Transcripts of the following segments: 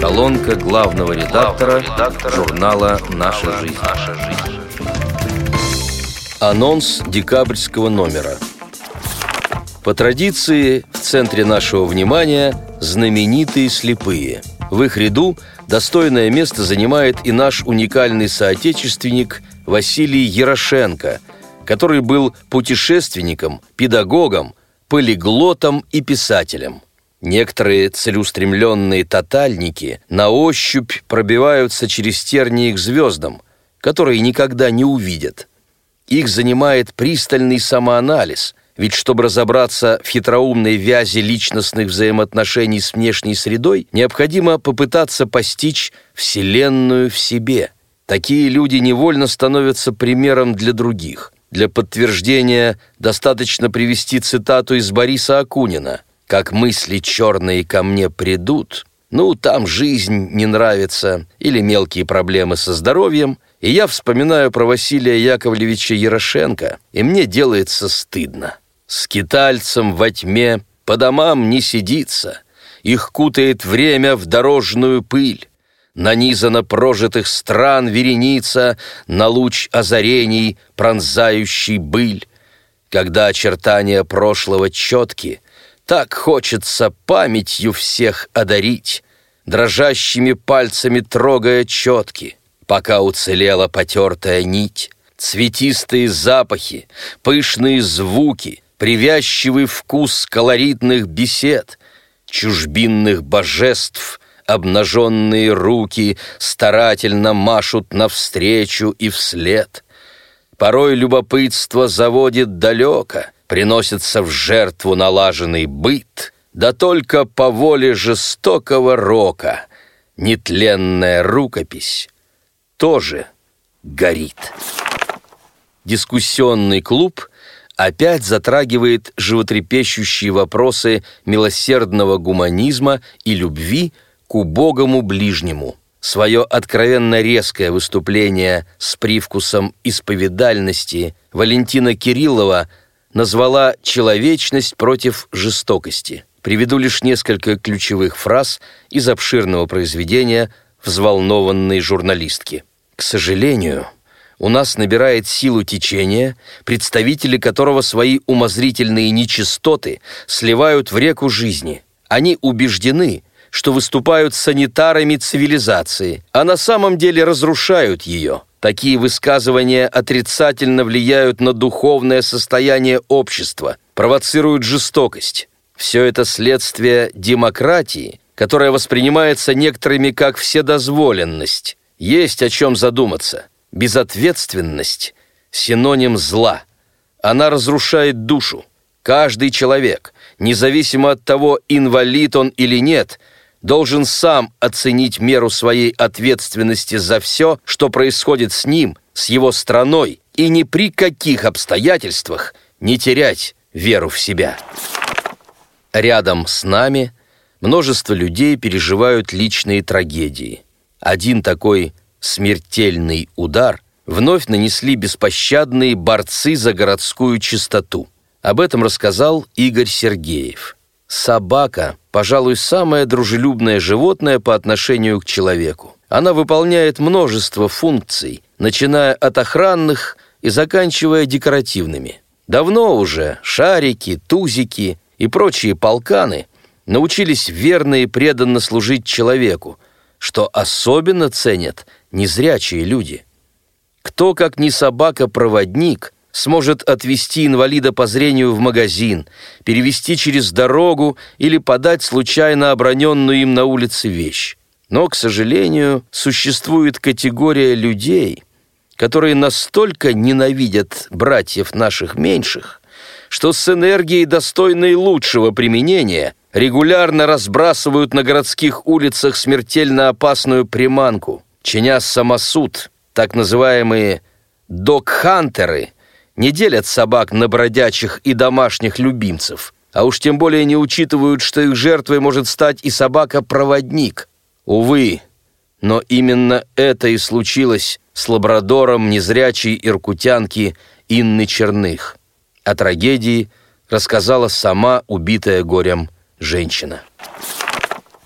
Колонка главного редактора журнала «Наша жизнь». Анонс декабрьского номера. По традиции, в центре нашего внимания знаменитые слепые. В их ряду достойное место занимает и наш уникальный соотечественник Василий Ярошенко, который был путешественником, педагогом, полиглотом и писателем. Некоторые целеустремленные тотальники на ощупь пробиваются через тернии к звездам, которые никогда не увидят. Их занимает пристальный самоанализ, ведь чтобы разобраться в хитроумной вязи личностных взаимоотношений с внешней средой, необходимо попытаться постичь Вселенную в себе. Такие люди невольно становятся примером для других. Для подтверждения достаточно привести цитату из Бориса Акунина: «Как мысли черные ко мне придут, там жизнь не нравится или мелкие проблемы со здоровьем, и я вспоминаю про Василия Яковлевича Ярошенко, и мне делается стыдно. Скитальцам во тьме по домам не сидится, их кутает время в дорожную пыль. Нанизана прожитых стран вереница на луч озарений, пронзающий быль. Когда очертания прошлого четки, так хочется памятью всех одарить, дрожащими пальцами трогая четки, пока уцелела потертая нить. Цветистые запахи, пышные звуки, привязчивый вкус колоритных бесед, чужбинных божеств, обнаженные руки старательно машут навстречу и вслед. Порой любопытство заводит далеко, приносится в жертву налаженный быт, да только по воле жестокого рока нетленная рукопись тоже горит. Дискуссионный клуб опять затрагивает животрепещущие вопросы милосердного гуманизма и любви к убогому ближнему. Свое откровенно резкое выступление с привкусом исповедальности Валентина Кириллова назвала «человечность против жестокости». Приведу лишь несколько ключевых фраз из обширного произведения взволнованной журналистки. «К сожалению, у нас набирает силу течение, представители которого свои умозрительные нечистоты сливают в реку жизни. Они убеждены, что выступают санитарами цивилизации, а на самом деле разрушают ее. Такие высказывания отрицательно влияют на духовное состояние общества, провоцируют жестокость. Все это следствие демократии, которая воспринимается некоторыми как вседозволенность. Есть о чем задуматься. Безответственность – синоним зла. Она разрушает душу. Каждый человек, независимо от того, инвалид он или нет, должен сам оценить меру своей ответственности за все, что происходит с ним, с его страной, и ни при каких обстоятельствах не терять веру в себя. Рядом с нами множество людей переживают личные трагедии. Один такой смертельный удар вновь нанесли беспощадные борцы за городскую чистоту. Об этом рассказал Игорь Сергеев. Собака, пожалуй, самое дружелюбное животное по отношению к человеку. Она выполняет множество функций, начиная от охранных и заканчивая декоративными. Давно уже шарики, тузики и прочие полканы научились верно и преданно служить человеку, что особенно ценят незрячие люди. Кто, как не собака-проводник, сможет отвезти инвалида по зрению в магазин, перевести через дорогу или подать случайно оброненную им на улице вещь. Но, к сожалению, существует категория людей, которые настолько ненавидят братьев наших меньших, что с энергией, достойной лучшего применения, регулярно разбрасывают на городских улицах смертельно опасную приманку. Чиня самосуд, так называемые «дог-хантеры» не делят собак на бродячих и домашних любимцев, а уж тем более не учитывают, что их жертвой может стать и собака-проводник. Увы, но именно это и случилось с лабрадором незрячей иркутянки Инны Черных. О трагедии рассказала сама убитая горем женщина.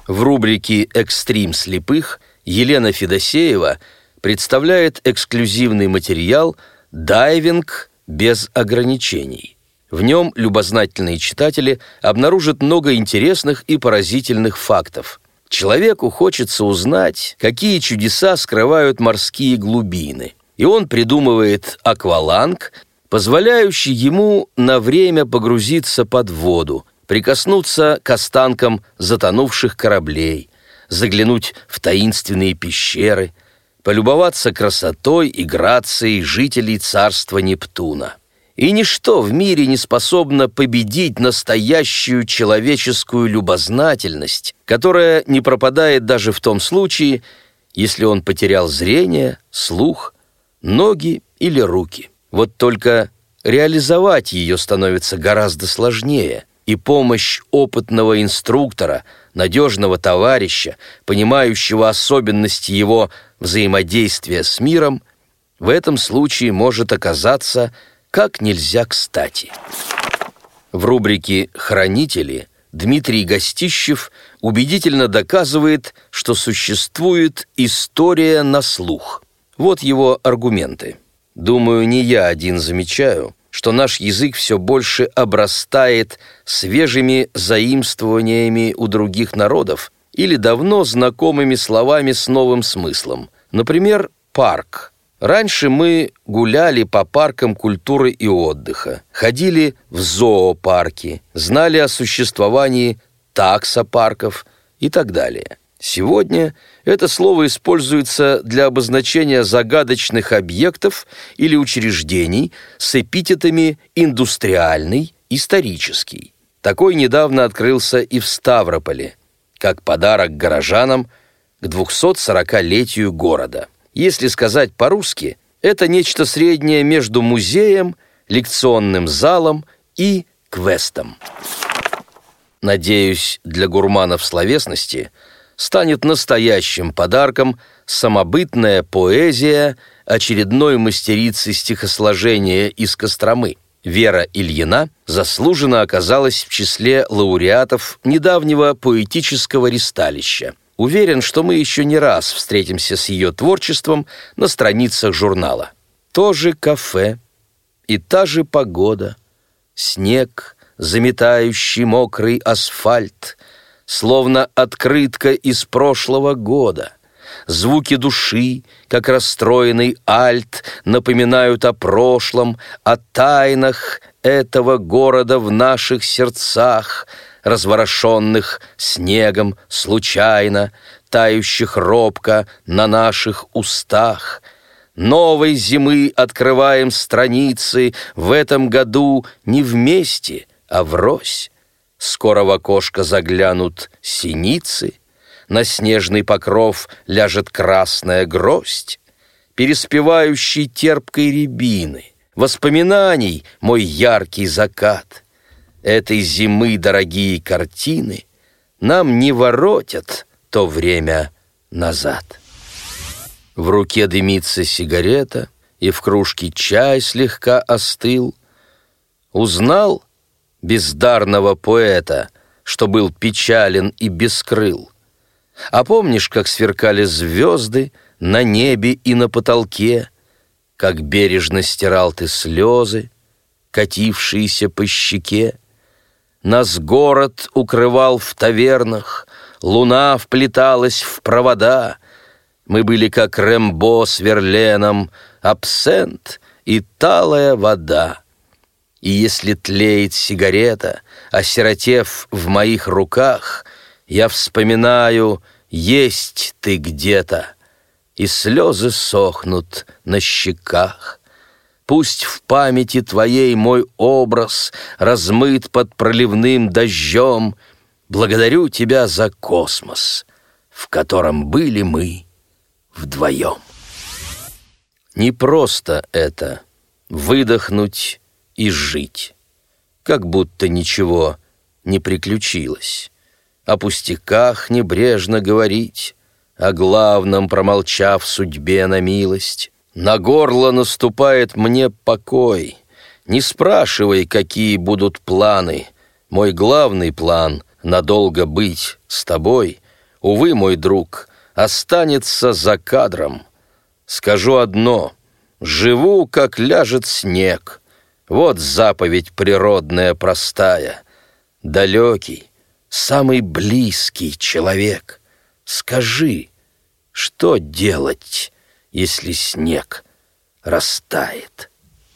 В рубрике «Экстрим слепых» Елена Федосеева представляет эксклюзивный материал «Дайвинг без ограничений». В нем любознательные читатели обнаружат много интересных и поразительных фактов. Человеку хочется узнать, какие чудеса скрывают морские глубины. И он придумывает акваланг, позволяющий ему на время погрузиться под воду, прикоснуться к останкам затонувших кораблей, заглянуть в таинственные пещеры, полюбоваться красотой и грацией жителей царства Нептуна. И ничто в мире не способно победить настоящую человеческую любознательность, которая не пропадает даже в том случае, если он потерял зрение, слух, ноги или руки. Вот только реализовать ее становится гораздо сложнее, и помощь опытного инструктора, надежного товарища, понимающего особенности его взаимодействия с миром, в этом случае может оказаться как нельзя кстати. В рубрике «Хранители» Дмитрий Гостищев убедительно доказывает, что существует история на слух. Вот его аргументы. Думаю, не я один замечаю, что наш язык все больше обрастает свежими заимствованиями у других народов или давно знакомыми словами с новым смыслом. Например, «парк». Раньше мы гуляли по паркам культуры и отдыха, ходили в зоопарки, знали о существовании таксопарков и так далее. Сегодня это слово используется для обозначения загадочных объектов или учреждений с эпитетами «индустриальный», «исторический». Такой недавно открылся и в Ставрополе, как подарок горожанам к 240-летию города. Если сказать по-русски, это нечто среднее между музеем, лекционным залом и квестом. Надеюсь, для гурманов словесности станет настоящим подарком самобытная поэзия очередной мастерицы стихосложения из Костромы. Вера Ильина заслуженно оказалась в числе лауреатов недавнего поэтического ристалища. Уверен, что мы еще не раз встретимся с ее творчеством на страницах журнала. То же кафе и та же погода, снег, заметающий мокрый асфальт, словно открытка из прошлого года. Звуки души, как расстроенный альт, напоминают о прошлом, о тайнах этого города в наших сердцах, разворошенных снегом случайно, тающих робко на наших устах. Новой зимы открываем страницы в этом году не вместе, а врозь. Скоро в окошко заглянут синицы, на снежный покров ляжет красная гроздь, переспевающий терпкой рябины, воспоминаний мой яркий закат. Этой зимы дорогие картины нам не воротят то время назад. В руке дымится сигарета, и в кружке чай слегка остыл. Узнал бездарного поэта, что был печален и бескрыл. А помнишь, как сверкали звезды на небе и на потолке, как бережно стирал ты слезы, катившиеся по щеке? Нас город укрывал в тавернах, луна вплеталась в провода. Мы были как Рэмбо с Верленом, абсент и талая вода. И если тлеет сигарета, осиротев в моих руках, я вспоминаю, есть ты где-то, и слезы сохнут на щеках. Пусть в памяти твоей мой образ размыт под проливным дождем. Благодарю тебя за космос, в котором были мы вдвоем. Не просто это — выдохнуть и жить, как будто ничего не приключилось. О пустяках небрежно говорить, о главном промолчав судьбе на милость. На горло наступает мне покой. Не спрашивай, какие будут планы. Мой главный план — надолго быть с тобой. увы, мой друг, останется за кадром. Скажу одно: живу, как ляжет снег. Вот заповедь природная простая. Далекий, самый близкий человек, скажи, что делать, если снег растает?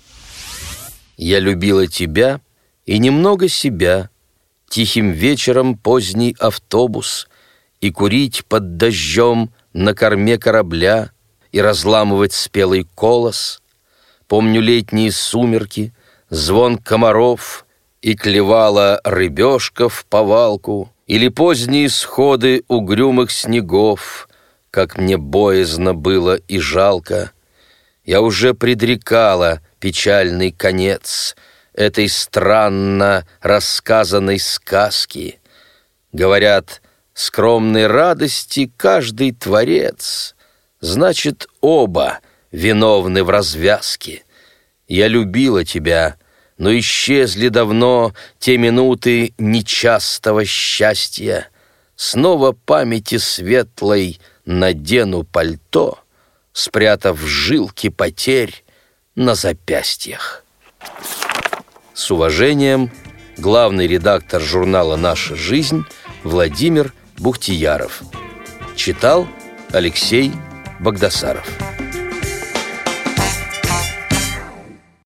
Я любила тебя и немного себя, тихим вечером поздний автобус, и курить под дождем на корме корабля, и разламывать спелый колос. Помню летние сумерки, звон комаров, и клевала рыбешка в повалку, или поздние сходы угрюмых снегов, как мне боязно было и жалко. Я уже предрекала печальный конец этой странно рассказанной сказки. Говорят, скромной радости каждый творец, значит, оба виновны в развязке. Я любила тебя, но исчезли давно те минуты нечастого счастья. Снова памяти светлой надену пальто, спрятав жилки потерь на запястьях. С уважением, главный редактор журнала «Наша жизнь» Владимир Бухтияров. Читал Алексей Багдасаров.